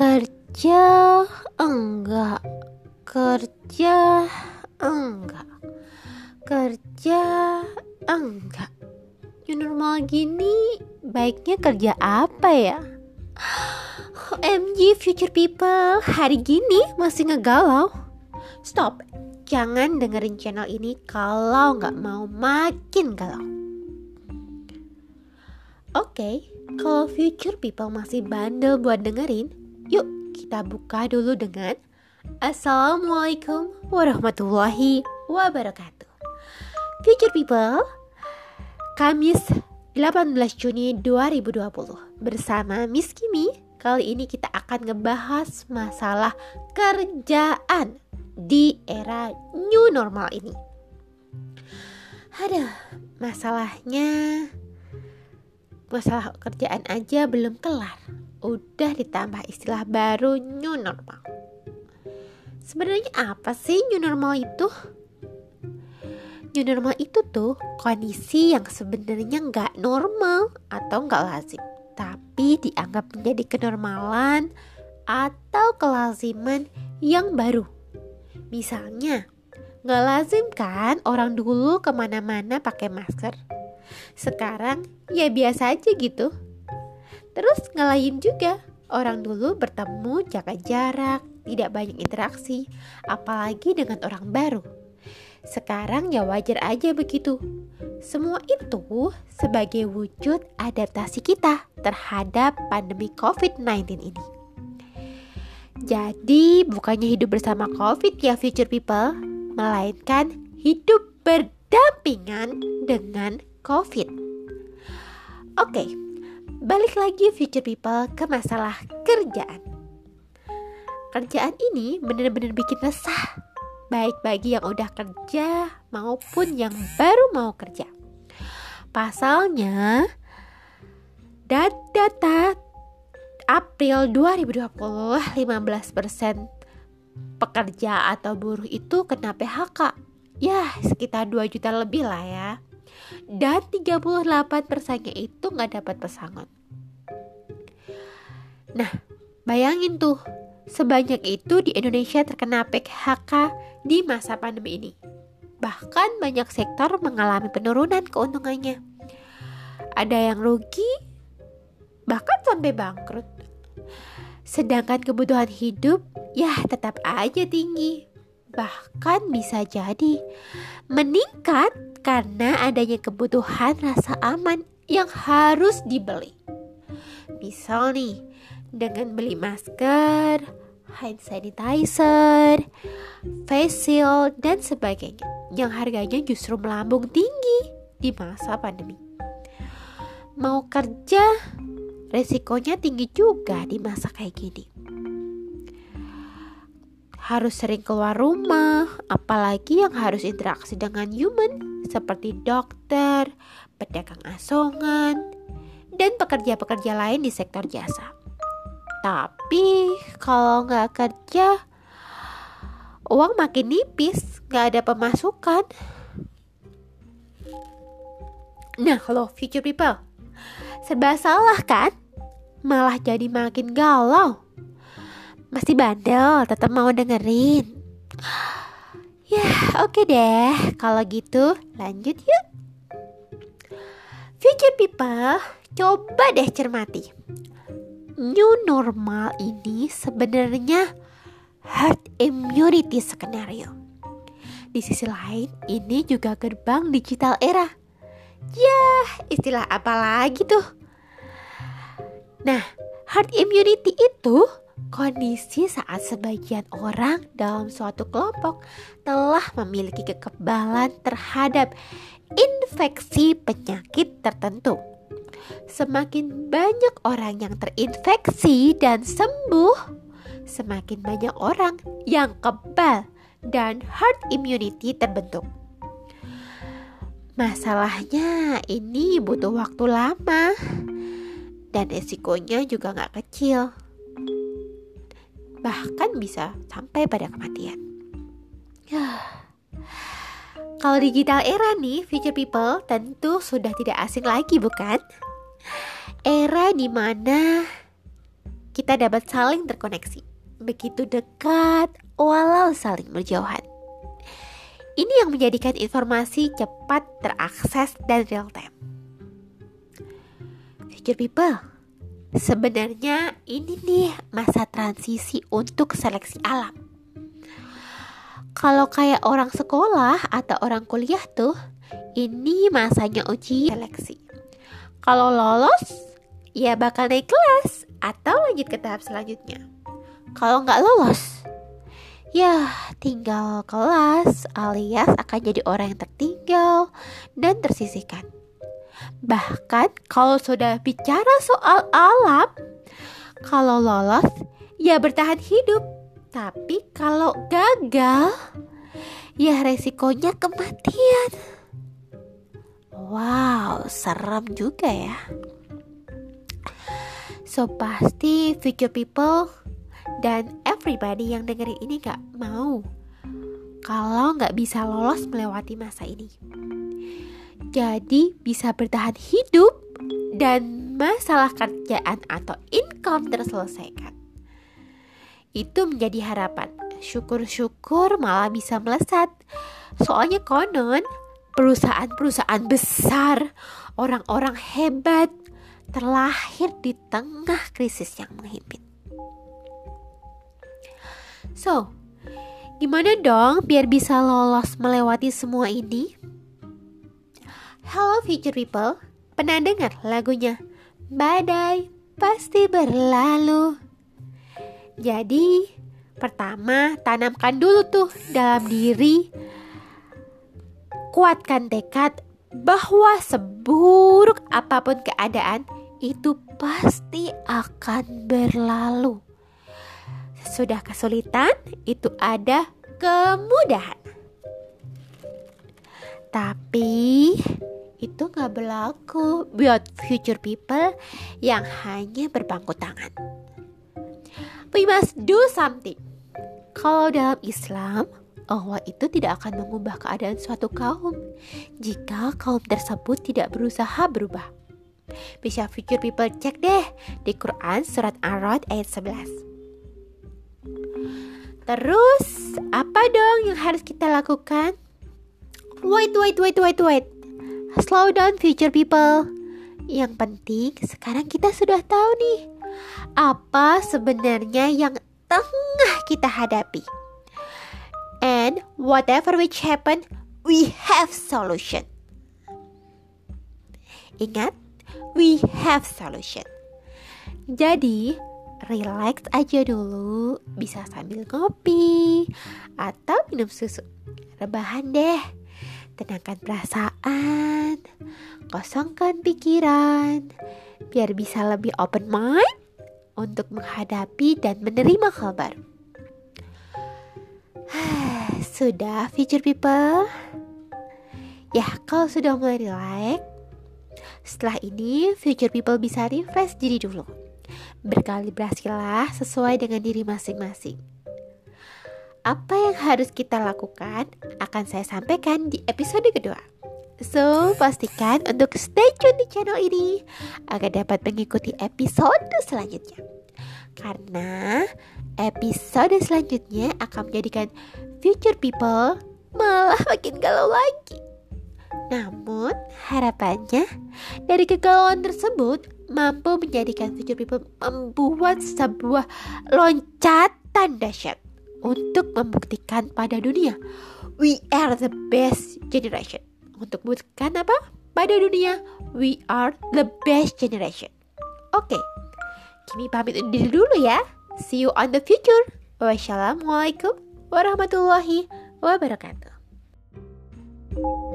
Kerja enggak, kerja enggak, kerja enggak. New normal gini baiknya kerja apa ya? OMG future people, hari gini masih ngegalau. Stop, jangan dengerin channel ini kalau nggak mau makin galau. Oke, kalau future people masih bandel buat dengerin, yuk kita buka dulu dengan Assalamualaikum warahmatullahi wabarakatuh. Future people, Kamis 18 Juni 2020 bersama Miss Kimi. Kali ini kita akan ngebahas masalah kerjaan di era new normal ini. Aduh, masalah kerjaan aja belum kelar, udah ditambah istilah baru new normal. Sebenarnya apa sih new normal itu? New normal itu tuh kondisi yang sebenarnya nggak normal atau nggak lazim, tapi dianggap menjadi kenormalan atau kelaziman yang baru. Misalnya, nggak lazim kan orang dulu kemana-mana pakai masker. Sekarang ya biasa aja gitu. Terus ngelain juga, orang dulu bertemu jaga jarak, tidak banyak interaksi, apalagi dengan orang baru. Sekarang ya wajar aja begitu. Semua itu sebagai wujud adaptasi kita terhadap pandemi COVID-19 ini. Jadi bukannya hidup bersama COVID ya future people, melainkan hidup berdampingan dengan COVID. Oke, balik lagi future people ke masalah kerjaan. Kerjaan ini benar-benar bikin resah, baik bagi yang udah kerja maupun yang baru mau kerja. Pasalnya, data April 2020, 15% pekerja atau buruh itu kena PHK. Ya, sekitar 2 juta lebih lah ya. Dan 38%-nya itu gak dapat pesangon. Nah, bayangin tuh, sebanyak itu di Indonesia terkena PHK di masa pandemi ini. Bahkan banyak sektor mengalami penurunan keuntungannya. Ada yang rugi, bahkan sampai bangkrut. Sedangkan kebutuhan hidup ya tetap aja tinggi. Bahkan bisa jadi meningkat karena adanya kebutuhan rasa aman yang harus dibeli. Misal nih, dengan beli masker, hand sanitizer, face shield, dan sebagainya yang harganya justru melambung tinggi di masa pandemi. Mau kerja, resikonya tinggi juga di masa kayak gini. Harus sering keluar rumah, apalagi yang harus interaksi dengan human seperti dokter, pedagang asongan, dan pekerja-pekerja lain di sektor jasa. Tapi kalau nggak kerja, uang makin nipis, nggak ada pemasukan. Nah, kalau future people, serba salah kan? Malah jadi makin galau. Masih bandel, tetap mau dengerin. Ya, oke deh. Kalau gitu, lanjut yuk. Future people, coba deh cermati. New normal ini sebenarnya herd immunity skenario. Di sisi lain, ini juga gerbang digital era. Yah, istilah apa lagi tuh? Nah, herd immunity itu kondisi saat sebagian orang dalam suatu kelompok telah memiliki kekebalan terhadap infeksi penyakit tertentu. Semakin banyak orang yang terinfeksi dan sembuh, semakin banyak orang yang kebal dan herd immunity terbentuk. Masalahnya ini butuh waktu lama dan resikonya juga gak kecil. Bahkan bisa sampai pada kematian. Kalau digital era nih, future people tentu sudah tidak asing lagi bukan? Era di mana kita dapat saling terkoneksi. Begitu dekat, walau saling berjauhan. Ini yang menjadikan informasi cepat terakses dan real time. Future people, sebenarnya ini nih masa transisi untuk seleksi alam. Kalau kayak orang sekolah atau orang kuliah tuh, ini masanya uji seleksi. Kalau lolos, ya bakal naik kelas atau lanjut ke tahap selanjutnya. Kalau nggak lolos, ya tinggal kelas alias akan jadi orang yang tertinggal dan tersisihkan. Bahkan kalau sudah bicara soal alam, kalau lolos, ya bertahan hidup. Tapi kalau gagal, ya resikonya kematian. Wow, serem juga ya. So pasti future people dan everybody yang dengerin ini gak mau kalau gak bisa lolos melewati masa ini. Jadi bisa bertahan hidup dan masalah kerjaan atau income terselesaikan. Itu menjadi harapan. Syukur-syukur malah bisa melesat. Soalnya konon perusahaan-perusahaan besar, orang-orang hebat terlahir di tengah krisis yang menghimpit. So, gimana dong biar bisa lolos melewati semua ini? Hello future people, pernah dengar lagunya Badai Pasti Berlalu? Jadi, pertama tanamkan dulu tuh dalam diri, kuatkan tekad bahwa seburuk apapun keadaan itu pasti akan berlalu. Sesudah kesulitan itu ada kemudahan. Tapi itu gak berlaku buat future people yang hanya berpangku tangan. We must do something. Kalau dalam Islam, Allah itu tidak akan mengubah keadaan suatu kaum jika kaum tersebut tidak berusaha berubah. Bisa future people cek deh di Quran surat Ar-Ra'd ayat 11. Terus, apa dong yang harus kita lakukan? Wait. Slow down future people. Yang penting sekarang kita sudah tahu nih apa sebenarnya yang tengah kita hadapi. And whatever which happen, we have solution. Ingat, we have solution. Jadi, relax aja dulu. Bisa sambil ngopi atau minum susu. Rebahan deh. Tenangkan perasaan, kosongkan pikiran, biar bisa lebih open mind untuk menghadapi dan menerima hal baru. Sudah future people? Ya, kalau sudah mulai relax, setelah ini future people bisa refresh diri dulu. Berkalibrasilah sesuai dengan diri masing-masing. Apa yang harus kita lakukan akan saya sampaikan di episode kedua. So, pastikan untuk stay tune di channel ini agar dapat mengikuti episode selanjutnya. Karena episode selanjutnya akan menjadikan future people malah makin galau lagi. Namun, harapannya dari kegalauan tersebut mampu menjadikan future people membuat sebuah loncatan dahsyat untuk membuktikan pada dunia we are the best generation. Untuk membuktikan apa? Pada dunia we are the best generation. Oke, Kimi pamit undur dulu ya. See you on the future. Wassalamualaikum warahmatullahi wabarakatuh.